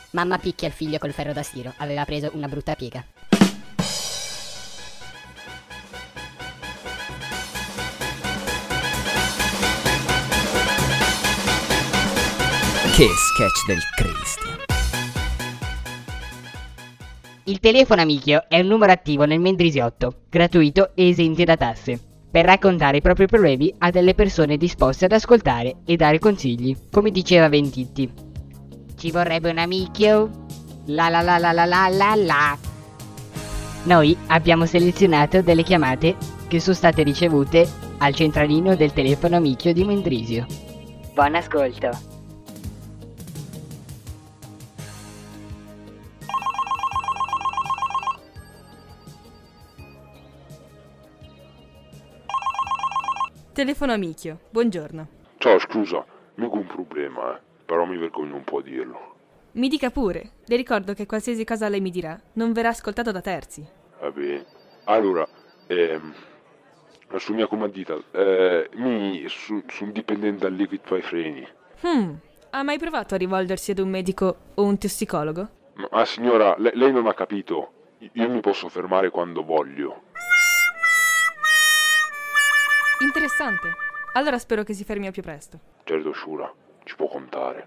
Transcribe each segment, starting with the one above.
Mamma picchia il figlio col ferro da stiro, aveva preso una brutta piega. Che sketch del Cristo. Il telefono amico è un numero attivo nel Mendrisiotto, gratuito e esente da tasse, per raccontare i propri problemi a delle persone disposte ad ascoltare e dare consigli, come diceva Ventitti. Ci vorrebbe un amico? La la la la la la la la. Noi abbiamo selezionato delle chiamate che sono state ricevute al centralino del telefono amico di Mendrisio. Buon ascolto. Telefono amico, buongiorno. Ciao, scusa, mica un problema, però mi vergogno un po' a dirlo. Mi dica pure, le ricordo che qualsiasi cosa lei mi dirà non verrà ascoltato da terzi. Va bene. Allora, su mia comandita, sul dipendente al liquido ai freni. Ha mai provato a rivolgersi ad un medico o un tossicologo? Ma signora, lei non ha capito. Io mi posso fermare quando voglio. Interessante. Allora spero che si fermi al più presto. Certo, Shura, ci può contare.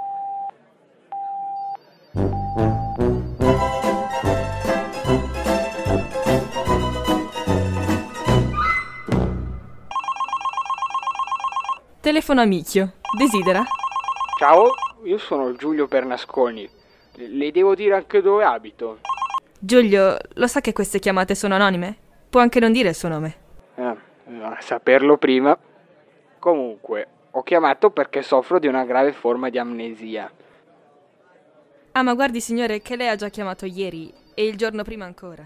Telefono amico, desidera? Ciao, io sono Giulio Bernasconi. Le devo dire anche dove abito. Giulio, lo sa che queste chiamate sono anonime? Può anche non dire il suo nome. A saperlo prima. Comunque, ho chiamato perché soffro di una grave forma di amnesia. Ah, ma guardi signore che lei ha già chiamato ieri e il giorno prima ancora.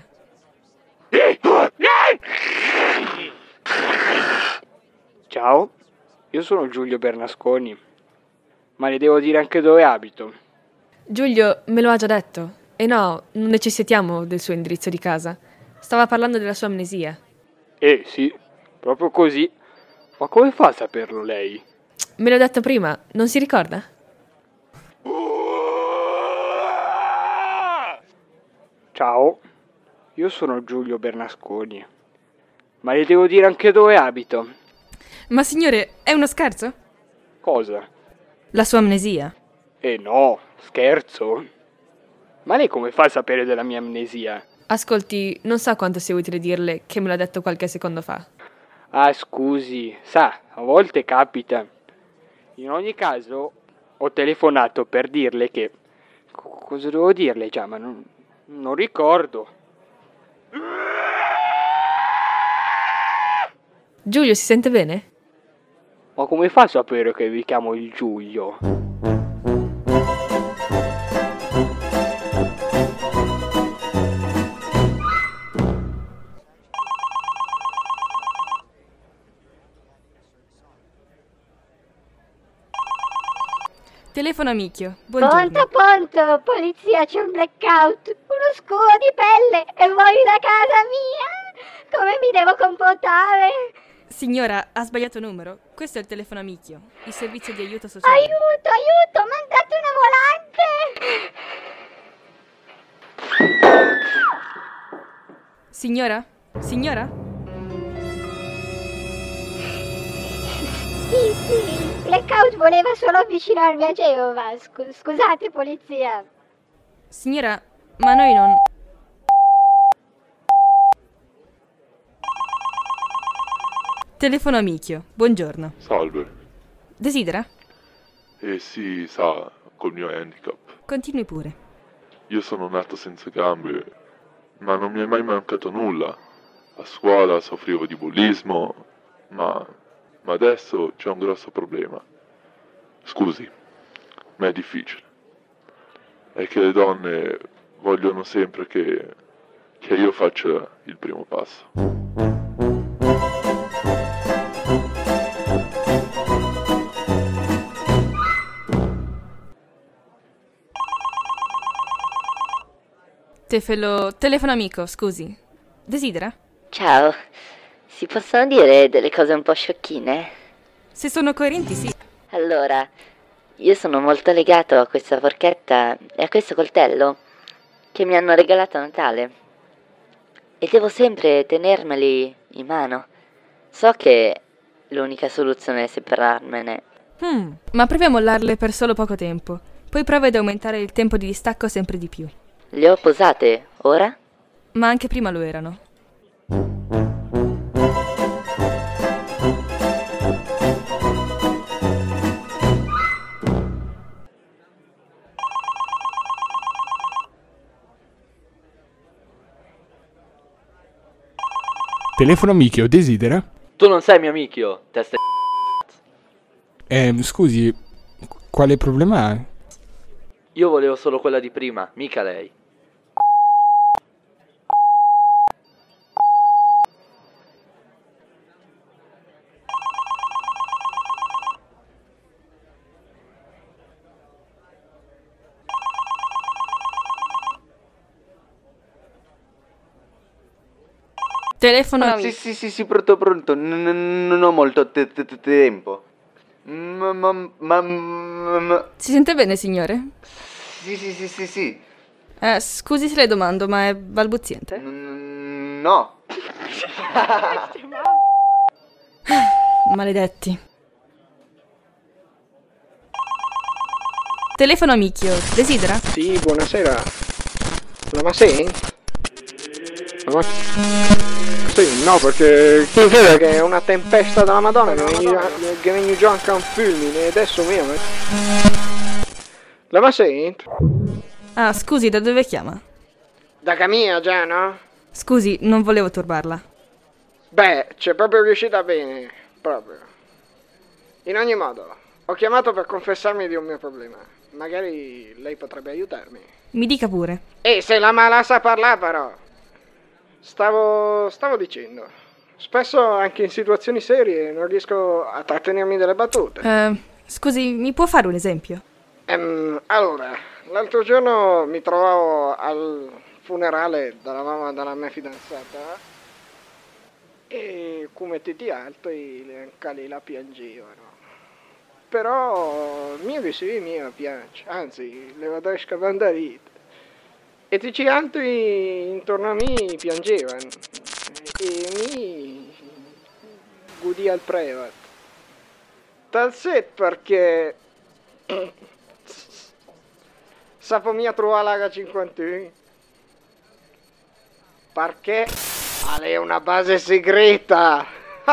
Ciao, io sono Giulio Bernasconi. Ma le devo dire anche dove abito. Giulio me lo ha già detto. E no, non necessitiamo del suo indirizzo di casa. Stava parlando della sua amnesia. Sì, proprio così. Ma come fa a saperlo lei? Me l'ho detto prima, non si ricorda? Ciao, io sono Giulio Bernasconi. Ma le devo dire anche dove abito. Ma signore, è uno scherzo? Cosa? La sua amnesia. No, scherzo. Ma lei come fa a sapere della mia amnesia? Ascolti, non sa quanto sia utile dirle che me l'ha detto qualche secondo fa. Ah, scusi, sa, a volte capita. In ogni caso, ho telefonato per dirle che... Cosa devo dirle già, ma non ricordo. Giulio, si sente bene? Ma come fa a sapere che vi chiamo il Giulio? Telefono amico, buongiorno. Pronto, polizia, c'è un blackout, uno scudo di pelle e vuoi da casa mia? Come mi devo comportare? Signora, ha sbagliato numero. Questo è il telefono amico, il servizio di aiuto sociale. Aiuto, mandate una volante! Signora? Signora? Sì, blackout voleva solo avvicinarmi a Geova. Scusate, polizia. Signora, ma noi non... Telefono amico, buongiorno. Salve. Desidera? Sì, sa, col mio handicap. Continui pure. Io sono nato senza gambe, ma non mi è mai mancato nulla. A scuola soffrivo di bullismo, ma adesso c'è un grosso problema. Scusi, ma è difficile. È che le donne vogliono sempre che io faccia il primo passo. Telefono amico, scusi. Desidera? Ciao, si possono dire delle cose un po' sciocchine? Se sono coerenti, sì. Allora, io sono molto legato a questa forchetta e a questo coltello che mi hanno regalato a Natale. E devo sempre tenermeli in mano. So che è l'unica soluzione è separarmene. Ma provi a mollarle per solo poco tempo. Poi provi ad aumentare il tempo di distacco sempre di più. Le ho posate ora? Ma anche prima lo erano. Telefono Michio, desidera? Tu non sei mio Michio, testa Scusi, quale problema ha? Io volevo solo quella di prima, mica lei. Telefono. Sì, pronto. Non ho molto tempo. Si sente bene, signore? Sì. Scusi se le domando, ma è balbuziente? No. Maledetti. Telefono Michio, desidera? Sì, buonasera. La senti? Sì, no, perché tu vedi che è una tempesta della Madonna che viene giù anche un fulmine adesso mio. La senti? Ah, scusi, da dove chiama? Da Camilla già, no? Scusi, non volevo turbarla. Beh, c'è proprio riuscita bene, proprio. In ogni modo, ho chiamato per confessarmi di un mio problema. Magari lei potrebbe aiutarmi. Mi dica pure. Se la mala sa parlare però. Stavo dicendo, spesso anche in situazioni serie non riesco a trattenermi delle battute. Scusi, mi può fare un esempio? Allora, l'altro giorno mi trovavo al funerale della mamma della mia fidanzata e come tutti gli altri le ancali la piangevano. Però mio che si mia piace, anzi le vado a scavandare. E tutti gli altri intorno a me piangevano e mi godì al privat. Tal set perché sapo mia trovare la 51 perché è una base segreta.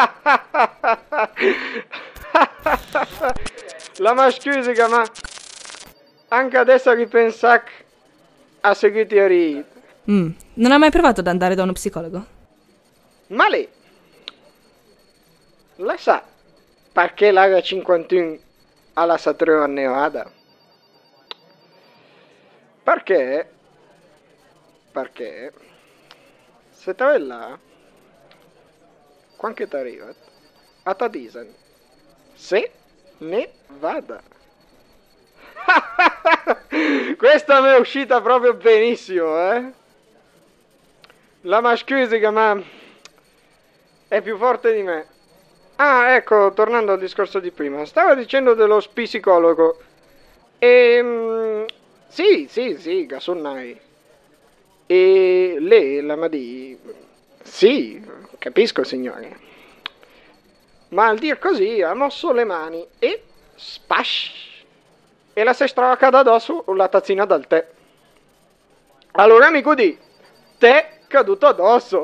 La ma scusi ma anche adesso ripensac a segreteria. Non ha mai provato ad andare da uno psicologo? Ma lei sa perché l'area 51 ha la Satreo a Nevada? Perché se te vai là quando ti arriva a te dicono se ne vada. Questa mi è uscita proprio benissimo, eh? La mascusica, ma è più forte di me. Ah, ecco, tornando al discorso di prima, stavo dicendo dello psicologo. Sì, Gasonnai. E lei, la Madì, sì, capisco, signore. Ma al dir così ha mosso le mani e spash! E la si è stravacata addosso la tazzina dal tè. Allora, amico di tè caduto addosso.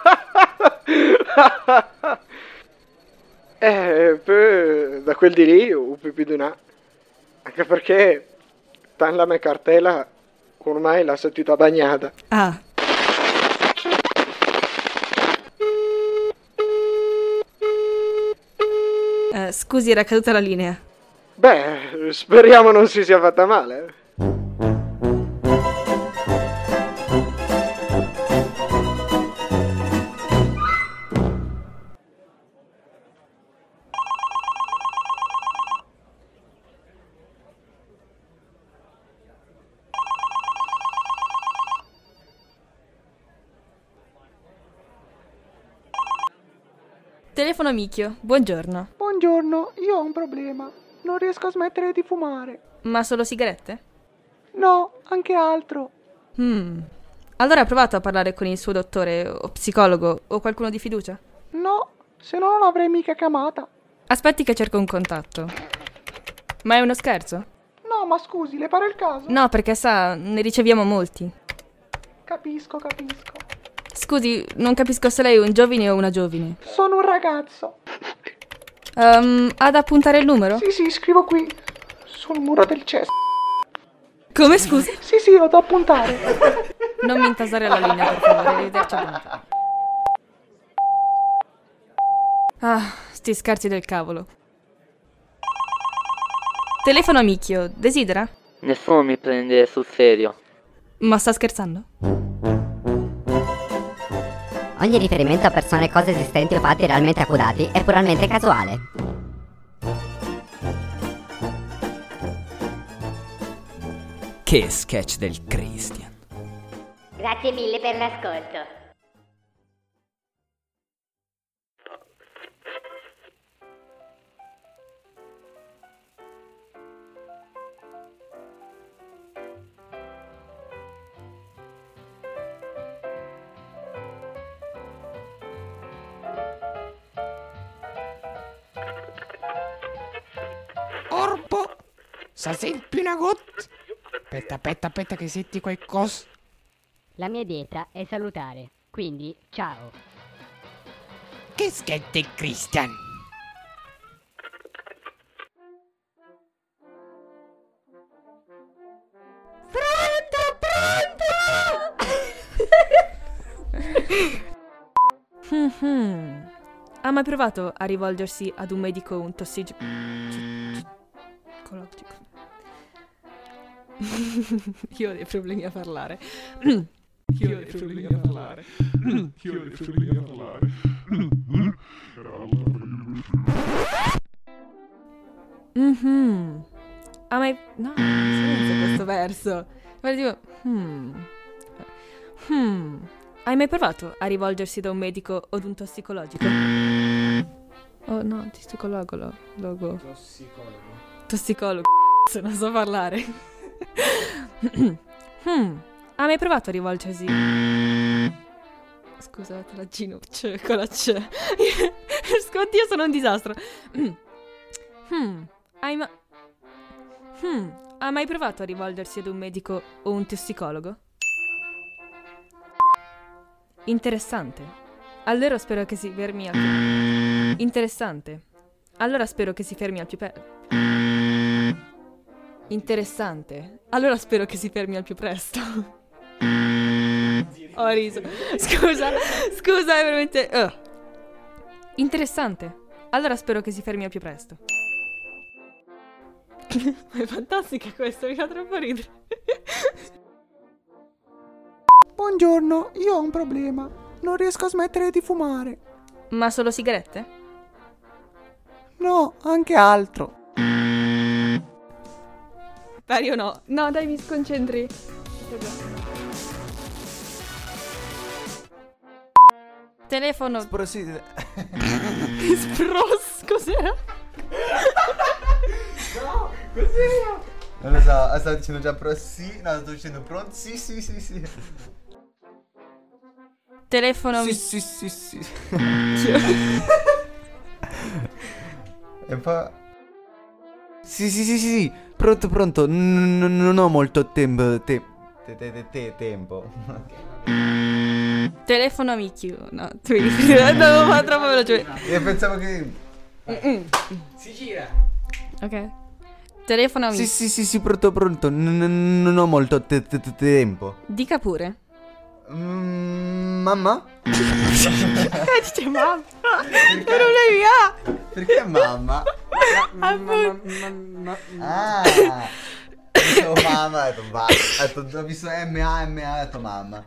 Poi da quel di lì ho pipì di una. Anche perché tan la mia cartella ormai l'ha sentita bagnata. Ah. Scusi, era caduta la linea. Beh, speriamo non si sia fatta male. Telefono Michio, buongiorno. Buongiorno, io ho un problema. non riesco a smettere di fumare. Ma solo sigarette? No, anche altro. Allora ha provato a parlare con il suo dottore o psicologo o qualcuno di fiducia? No, se no non l'avrei mica chiamata. Aspetti che cerco un contatto. Ma è uno scherzo? No, ma scusi, le pare il caso? No, perché sa, ne riceviamo molti. Capisco. Scusi, non capisco se lei è un giovane o una giovine. Sono un ragazzo. Ha da appuntare il numero? Sì, scrivo qui, sul muro del cesso. Come, scusi? Sì, ho da appuntare. Non mi intasare la linea, per favore, arrivederci a domani. Ah, sti scherzi del cavolo. Telefono a Micchio, desidera? Nessuno mi prende sul serio. Ma sta scherzando? Ogni riferimento a persone e cose esistenti o fatti realmente accudati è puramente casuale. Che sketch del Christian. Grazie mille per l'ascolto. Orbo, sa senti una goccia? Aspetta che senti qualcosa. La mia dieta è salutare, quindi ciao. Che sketch del Christian. Ha mai provato a rivolgersi ad un medico o un tossicologico? Io ho dei problemi a parlare. Ha mai... No, silenzio questo verso. Guarda, Hai mai provato a rivolgersi da un medico o ad un tossicologico? Oh no, tossicologo. Tossicologo. Se non so parlare. Ha mai provato a rivolgersi? Scusate, la G con la C. Oddio, sono un disastro. Ha mai provato a rivolgersi ad un medico o un tossicologo? Interessante. Allora spero che si fermi al più... Interessante. Allora spero che si fermi al più Interessante. Allora spero che si fermi al più presto. Ho riso. Scusa, è veramente... Interessante. Allora spero che si fermi al più presto. È fantastica questa, mi fa troppo ridere. Buongiorno, io ho un problema. Non riesco a smettere di fumare. Ma solo sigarette? No, anche altro. Dario no. No, dai, mi sconcentri. Telefono. Sprosi. Cos'era? No, cos'era? Non lo so, stavo dicendo già sì. No, sto dicendo pronto. Sì. Telefono. Sì. E poi... Sì. Pronto. Non ho molto tempo. Tempo. Telefono a Micchio. No, tu devo fare troppo veloce. Io pensavo che... Si gira. Ok. Telefono a Micchio. Sì, pronto. Non ho molto tempo. Dica pure. Mamma? Dice mamma. Problemi ha. Perché mamma? Ho detto mamma, ho detto va. Ho visto MA, ho detto mamma.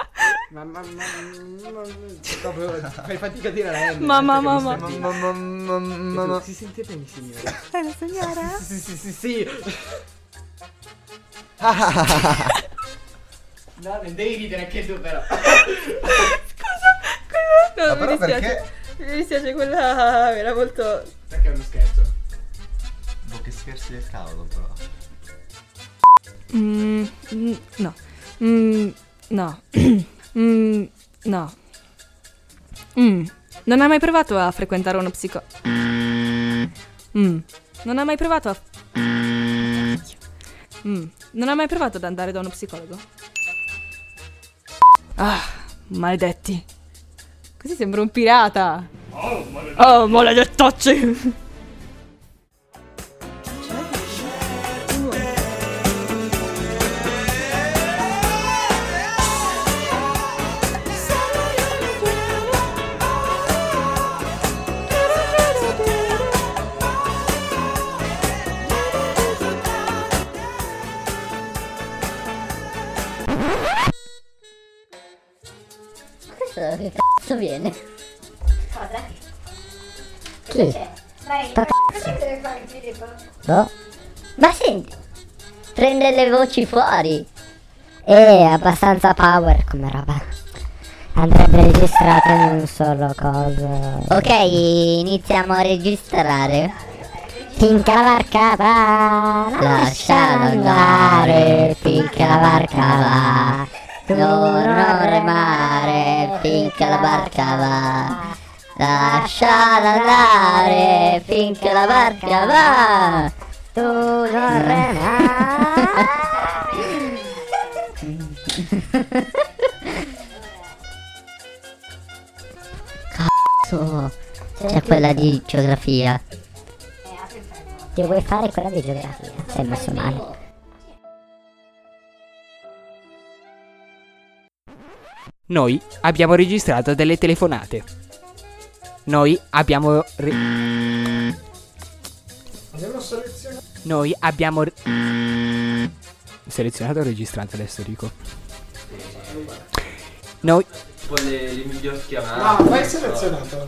Proprio fai fatica a dire la M. Mamma. Si sente bene, signora? È la signora? Sì. No, non devi ridere anche tu però. Scusa. No, Ma mi perché? dispiace quella era molto... Perché è uno scherzo? Che scherzi del cavolo, però. No. No. No. Non hai mai provato a frequentare uno psicologo? Non hai mai provato a... Non hai mai provato ad andare da uno psicologo? Ah, maledetti. Così sembra un pirata. Oh, maledettacci. Questo che cazzo viene? Cosa? Chi? Vai, Sta cosa deve fare Filippo? No? Ma senti, prende le voci fuori. Abbastanza power come roba. Andrebbe registrato in un solo coso. Ok, iniziamo a registrare. Finché la barca va, lasciala andare. Finché la barca va, non remare. Finché la barca va, lasciala andare. Finché la barca va, tu non remare. Cazzo, c'è quella di geografia. Ti vuoi fare quella di geografia? Sei messo male. Noi abbiamo registrato delle telefonate. Noi abbiamo Noi abbiamo selezionato o registrato adesso dico. Noi le migliori chiamate. No, vai selezionato.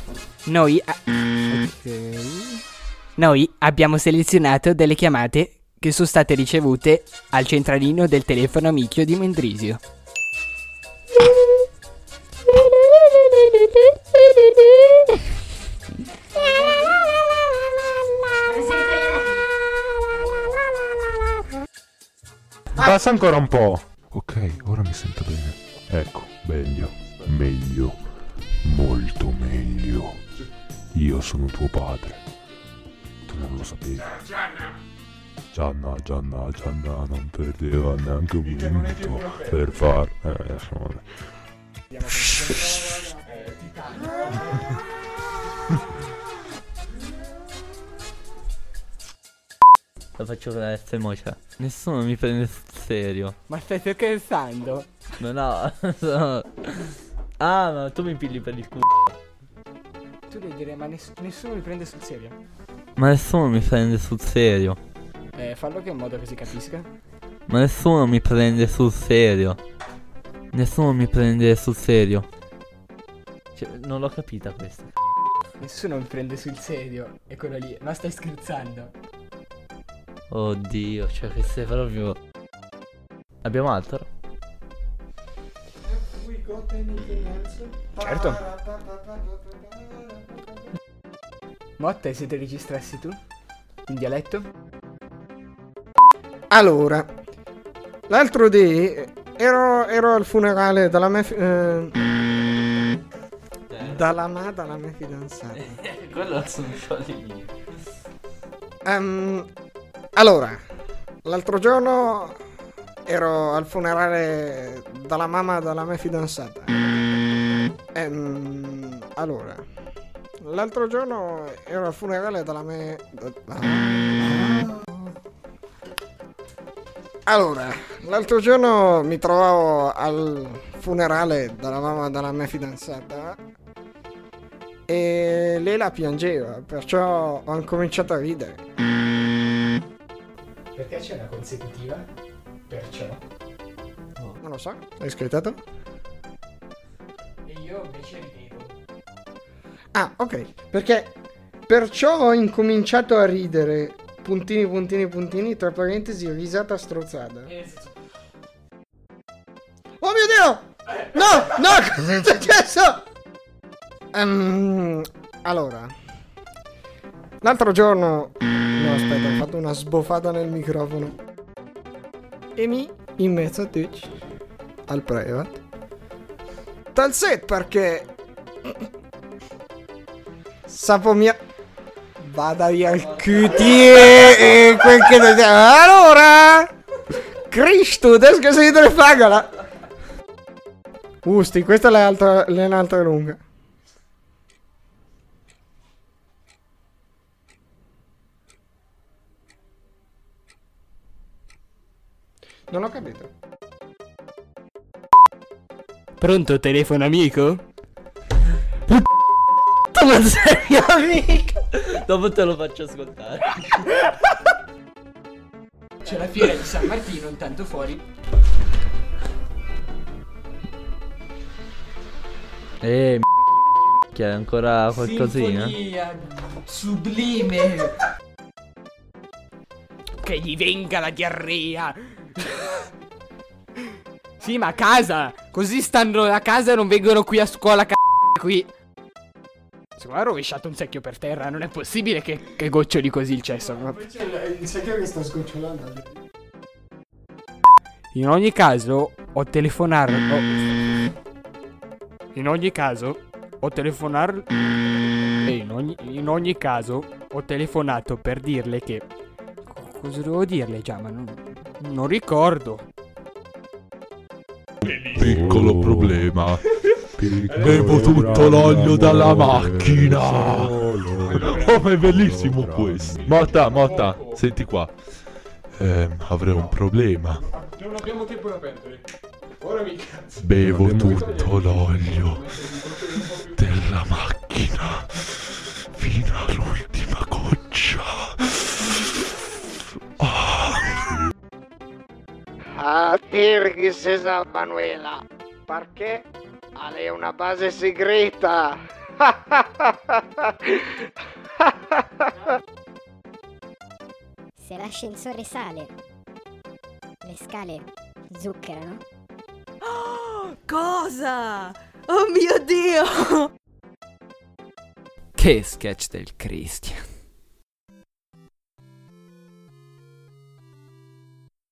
Noi abbiamo selezionato delle chiamate che sono state ricevute al centralino del telefono Micchio di Mendrisio. Passa ancora un po'. Ok, ora mi sento bene. Ecco, meglio, molto meglio. Io sono tuo padre. Tu non lo sapevi. Gianna non perdeva neanche un minuto per far... Lo faccio con la F mocia. Nessuno mi prende sul serio. Ma stai scherzando? No, Ah, ma tu mi pigli per il culo. Tu devi dire, ma nessuno mi prende sul serio. Ma nessuno mi prende sul serio. Fallo che in modo che si capisca. Ma nessuno mi prende sul serio. Nessuno mi prende sul serio. Cioè, non l'ho capita questa. Nessuno mi prende sul serio. È quello lì. Ma stai scherzando? Oddio, cioè che sei proprio... Abbiamo altro? Certo. Motte, se te registrassi tu? In dialetto? Allora, l'altro dì ero al funerale della mia dalla mia fidanzata. Quello sono sciolti. Allora, l'altro giorno ero al funerale della mamma della mia fidanzata. Allora, l'altro giorno ero al funerale della mia... Allora, l'altro giorno mi trovavo al funerale della mamma della mia fidanzata e lei la piangeva, perciò ho incominciato a ridere. Perché c'è una consecutiva? Perciò. Non lo so, hai scrittato? E io invece ridevo. Ah, ok, perché perciò ho incominciato a ridere, puntini, tra parentesi, risata strozzata. Oh mio Dio! No, cosa è successo? Allora, l'altro giorno, no, aspetta, ho fatto una sboffata nel microfono. E in mezzo a te al privat. Tal set perché sapo mia. Vada via il cutie quel che allora Cristo, adesso che si te fagala. Usti, questa è l'altra lunga. Non ho capito. Pronto, telefono amico? Ma sei amico? Dopo te lo faccio ascoltare. C'è la fiera di San Martino, intanto fuori. Che è ancora qualcosina? Sinfonia sublime. Che gli venga la diarrea. Sì, ma a casa. Così stanno a casa e non vengono qui a scuola qui. Secondo me ha rovesciato un secchio per terra. Non è possibile che goccioli così il cesso. Invece il secchio che sta sgocciolando. In ogni caso, ho telefonato. In ogni caso, ho telefonato. In ogni caso, ho telefonato per dirle che. Cosa devo dirle già? Ma non ricordo. Piccolo problema. Bevo tutto l'olio dalla macchina. Oh, ma è bellissimo questo. Motta, senti qua. Avrei un problema. Non abbiamo tempo da perdere. Ora mi cazzo. Bevo tutto l'olio della macchina fino all'ultima goccia. A dirghi se sa Manuela. Perché? Ha lei una base segreta. Se l'ascensore sale, le scale zuccherano. Oh, cosa? Oh mio Dio! Che sketch del Christian.